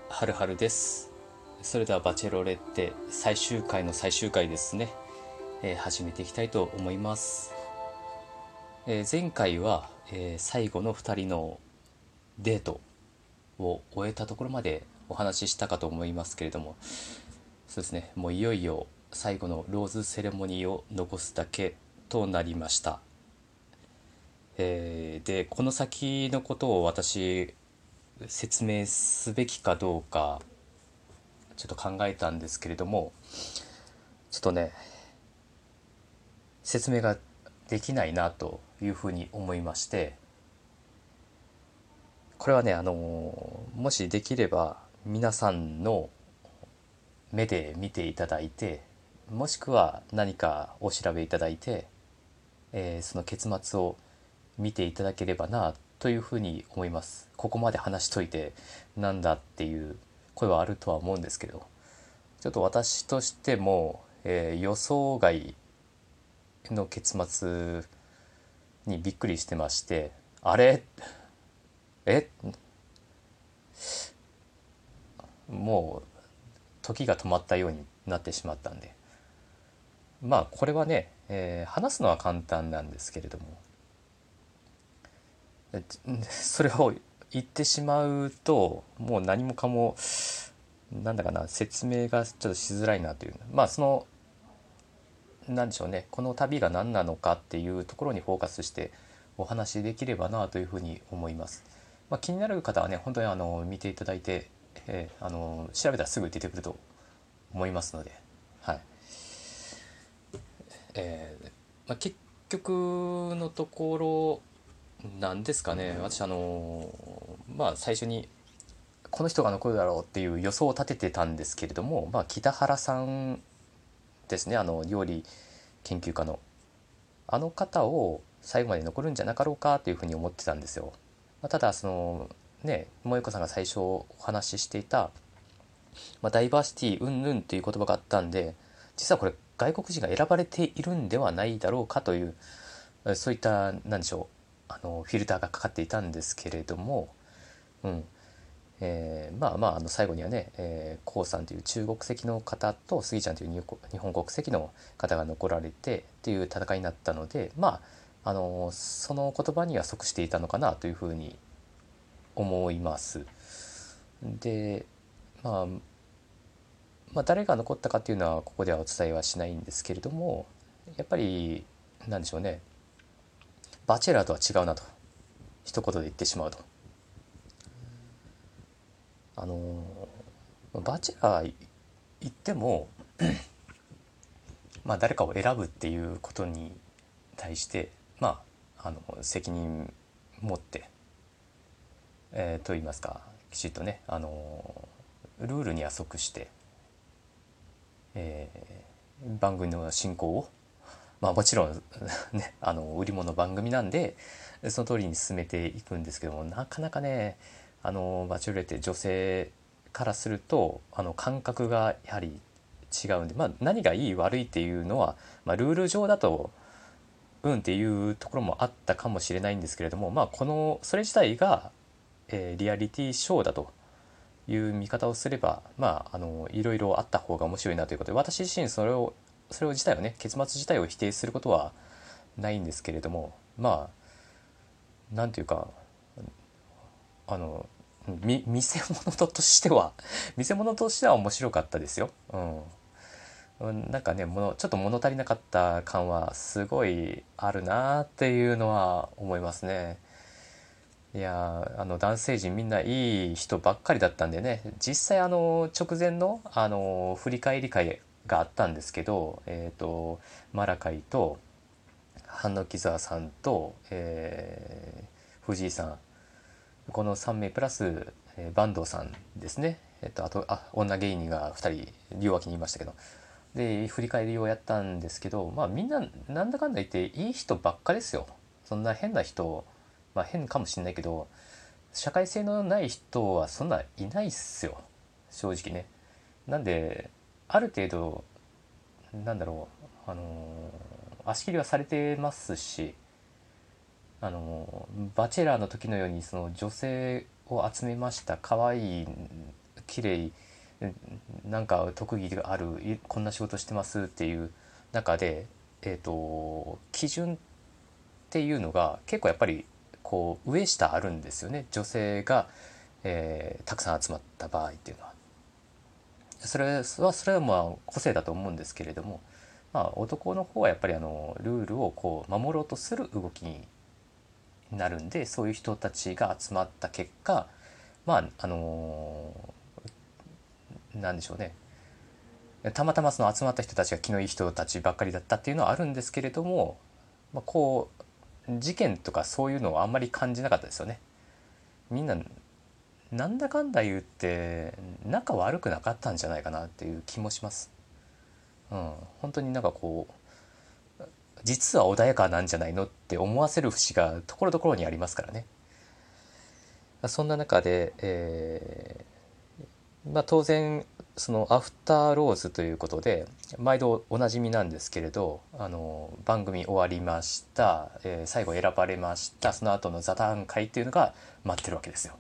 はるはるです。それではバチェロレッテ最終回の最終回ですね、始めていきたいと思います。前回は、最後の2人のデートを終えたところまでお話ししたかと思いますけれども、そうですね、もういよいよ最後のローズセレモニーを残すだけとなりました。でこの先のことを私説明すべきかどうかちょっと考えたんですけれども、ちょっとね、説明ができないなというふうに思いまして、これはね、もしできれば皆さんの目で見ていただいて、もしくは何かお調べいただいて、その結末を見ていただければなというふうに思います。ここまで話しといてなんだっていう声はあるとは思うんですけど、ちょっと私としても、予想外の結末にびっくりしてまして、あれ、えもう時が止まったようになってしまったんで、まあこれはね、話すのは簡単なんですけれども、それを言ってしまうともう何もかもなんだかな、説明がちょっとしづらいなという、まあそのなんでしょうね、この旅が何なのかっていうところにフォーカスしてお話しできればなというふうに思います。まあ、気になる方はね本当に見ていただいて、調べたらすぐ出てくると思いますので、はい。まあ、結局のところなんですかね、私まあ最初にこの人が残るだろうっていう予想を立ててたんですけれども、まあ、北原さんですね、料理研究家のあの方を最後まで残るんじゃなかろうかというふうに思ってたんですよ。まあ、ただそのね、萌子さんが最初お話ししていた、まあ、ダイバーシティ云々という言葉があったんで、実はこれ外国人が選ばれているんではないだろうかという、そういったなんでしょう、フィルターがかかっていたんですけれども、うん、まあまあ、最後にはね、コウさんという中国籍の方とスギちゃんという日本国籍の方が残られてっていう戦いになったので、まあ、その言葉には即していたのかなというふうに思います。で、まあ、まあ誰が残ったかっていうのはここではお伝えはしないんですけれども、やっぱりなんでしょうね、バチェラーとは違うなと一言で言ってしまうと、あのバチェラー言っても、まあ、誰かを選ぶっていうことに対して、まあ、責任持って、と言いますか、きちっとね、ルールには即して、番組の進行を、まあ、もちろんね、売り物番組なんでその通りに進めていくんですけども、なかなかね、バチェロレって女性からすると感覚がやはり違うんで、まあ、何がいい悪いっていうのは、まあ、ルール上だとっていうところもあったかもしれないんですけれども、まあこのそれ自体が、リアリティショーだという見方をすれば、まあいろいろあった方が面白いなということで、私自身それを自体をね、結末自体を否定することはないんですけれども、まあなんていうか、あの見せ物としては見せ物としては面白かったですよ。なんかね、ちょっと物足りなかった感はすごいあるなっていうのは思いますね。いや男性陣みんないい人ばっかりだったんでね、実際直前の振り返り会があったんですけど、マラカイとハンノキザワさんと、藤井さん、この3名プラス、坂東さんですね、あと女芸人が2人両脇にいましたけど、で振り返りをやったんですけど、まあみんななんだかんだ言っていい人ばっかですよ。そんな変な人、まあ変かもしれないけど社会性のない人はそんないないっすよ、正直ね。なんである程度なんだろう、足切りはされてますし、バチェラーの時のようにその女性を集めました可愛い綺麗、なんか特技がある、こんな仕事してますっていう中で、基準っていうのが結構やっぱりこう上下あるんですよね。女性が、たくさん集まった場合っていうのは。それはまあ個性だと思うんですけれども、まあ、男の方はやっぱりルールをこう守ろうとする動きになるんで、そういう人たちが集まった結果、まあなんでしょうね、たまたまその集まった人たちが気のいい人たちばっかりだったっていうのはあるんですけれども、まあ、こう事件とかそういうのはあんまり感じなかったですよね。みんななんだかんだ言って仲悪くなかったんじゃないかなっていう気もします。うん、本当になんかこう実は穏やかなんじゃないのって思わせる節がところどころにありますからね。そんな中で、まあ、当然そのアフターローズということで毎度おなじみなんですけれど、番組終わりました、最後選ばれました、その後の座談会っていうのが待ってるわけですよ。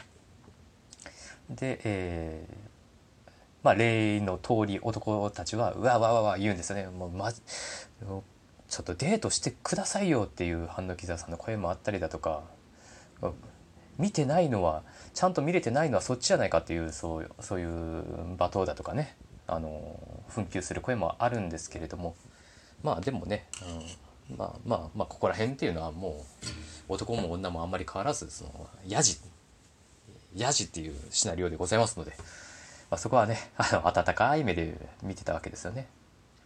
で、まあ、例の通り男たちはうわわわわ言うんですよね。もうちょっとデートしてくださいよっていう半木座さんの声もあったりだとか、見てないのはちゃんと見れてないのはそっちじゃないかっていう、そういう罵倒だとかね、紛糾する声もあるんですけれども、まあでもね、まあまあまあここら辺っていうのはもう男も女もあんまり変わらずそのヤジっていうシナリオでございますので、まあ、そこはね温かい目で見てたわけですよね。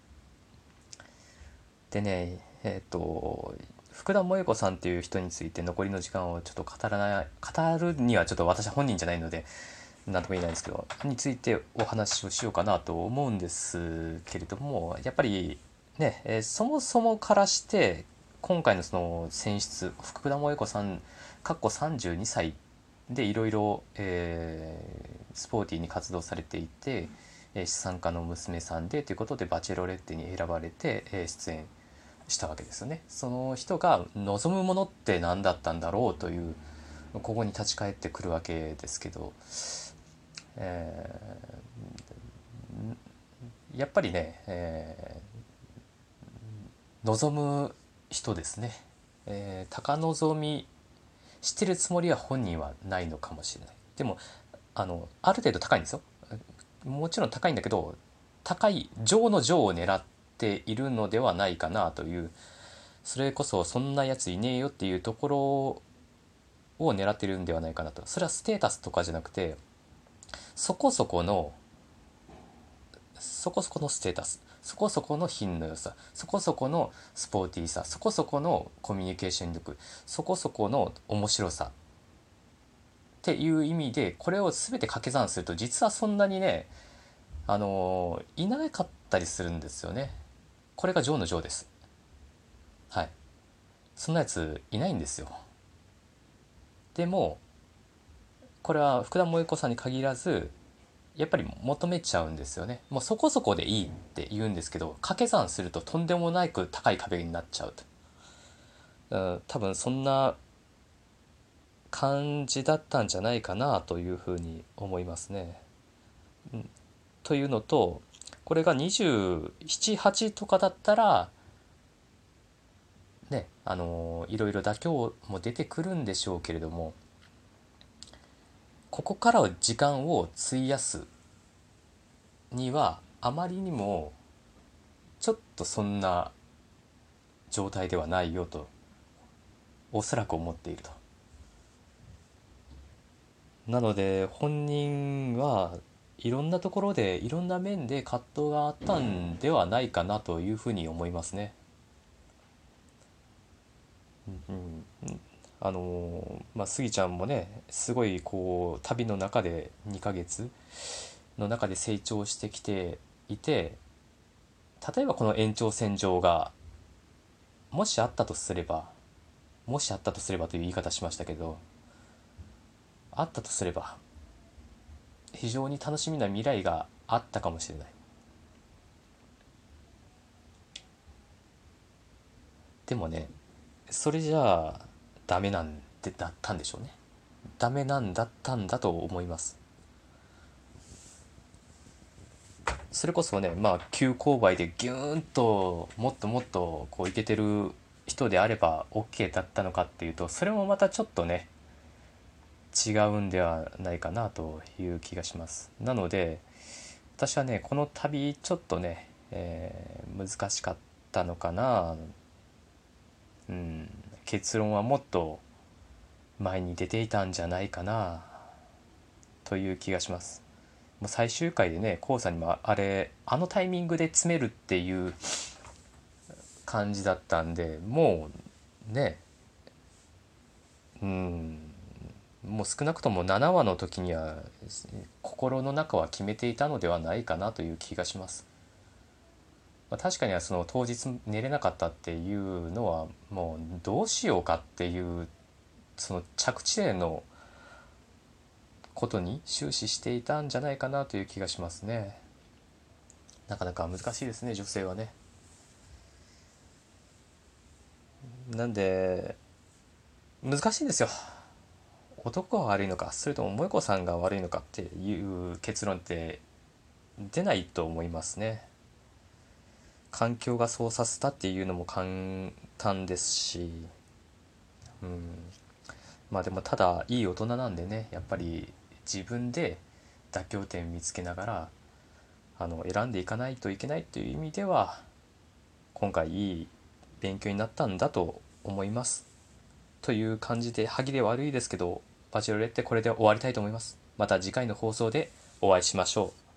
でね、福田萌子さんっていう人について残りの時間をちょっと語るにはちょっと私本人じゃないので何とも言えないんですけど、についてお話をしようかなと思うんですけれども、やっぱりね、そもそもからして今回のその選出、福田萌子さんかっこ32歳でいろいろスポーティーに活動されていて、資産家の娘さんでということでバチェロレッテに選ばれて、出演したわけですよね。その人が望むものって何だったんだろうという、ここに立ち返ってくるわけですけど、えやっぱりね、望む人ですね。高望みしてるつもりは本人はないのかもしれない。でもある程度高いんですよ。もちろん高いんだけど、高い上の上を狙っているのではないかなという、それこそそんなやついねえよっていうところを狙ってるんではないかなと。それはステータスとかじゃなくて、そこそこのそこそこのステータス、そこそこの品の良さ、そこそこのスポーティーさ、そこそこのコミュニケーション力、そこそこの面白さっていう意味で、これを全て掛け算すると実はそんなにね、いなかったりするんですよね。これがジョーのジョーです。はい。そんなやついないんですよ。でもこれは福田萌子さんに限らずやっぱり求めちゃうんですよね。もうそこそこでいいって言うんですけど、掛け算するととんでもなく高い壁になっちゃうと。多分そんな感じだったんじゃないかなというふうに思いますね。というのと、これが27、8とかだったらね、いろいろ妥協も出てくるんでしょうけれども、ここからは時間を費やすにはあまりにもちょっとそんな状態ではないよとおそらく思っていると。なので本人はいろんなところでいろんな面で葛藤があったんではないかなというふうに思いますね。まあ、スギちゃんもねすごいこう旅の中で2ヶ月の中で成長してきていて、例えばこの延長線上がもしあったとすれば、もしあったとすればという言い方しましたけど、あったとすれば非常に楽しみな未来があったかもしれない。でもね、それじゃあダメなんでだったんでしょうね。ダメなんだったんだと思います。 それこそね、まあ急勾配でギューンともっともっとこういけてる人であれば OK だったのかっていうと、それもまたちょっとね違うんではないかなという気がします。なので私はねこの旅ちょっとね、難しかったのかな。うん、結論はもっと前に出ていたんじゃないかなという気がします。もう最終回でね、コウさんにもあのタイミングで詰めるっていう感じだったんで、もうね、うん、もう少なくとも7話の時には心の中は決めていたのではないかなという気がします。まあ、確かにはその当日寝れなかったっていうのはもうどうしようかっていうその着地点のことに終始していたんじゃないかなという気がしますね。なかなか難しいですね、女性はね。なんで難しいんですよ。男が悪いのかそれとも萌子さんが悪いのかっていう結論って出ないと思いますね。環境がそうさせたっていうのも簡単ですし、うん、まあでもただいい大人なんでね、やっぱり自分で妥協点見つけながら選んでいかないといけないという意味では今回いい勉強になったんだと思います。という感じで歯切れ悪いですけど、バチェロレってこれで終わりたいと思います。また次回の放送でお会いしましょう。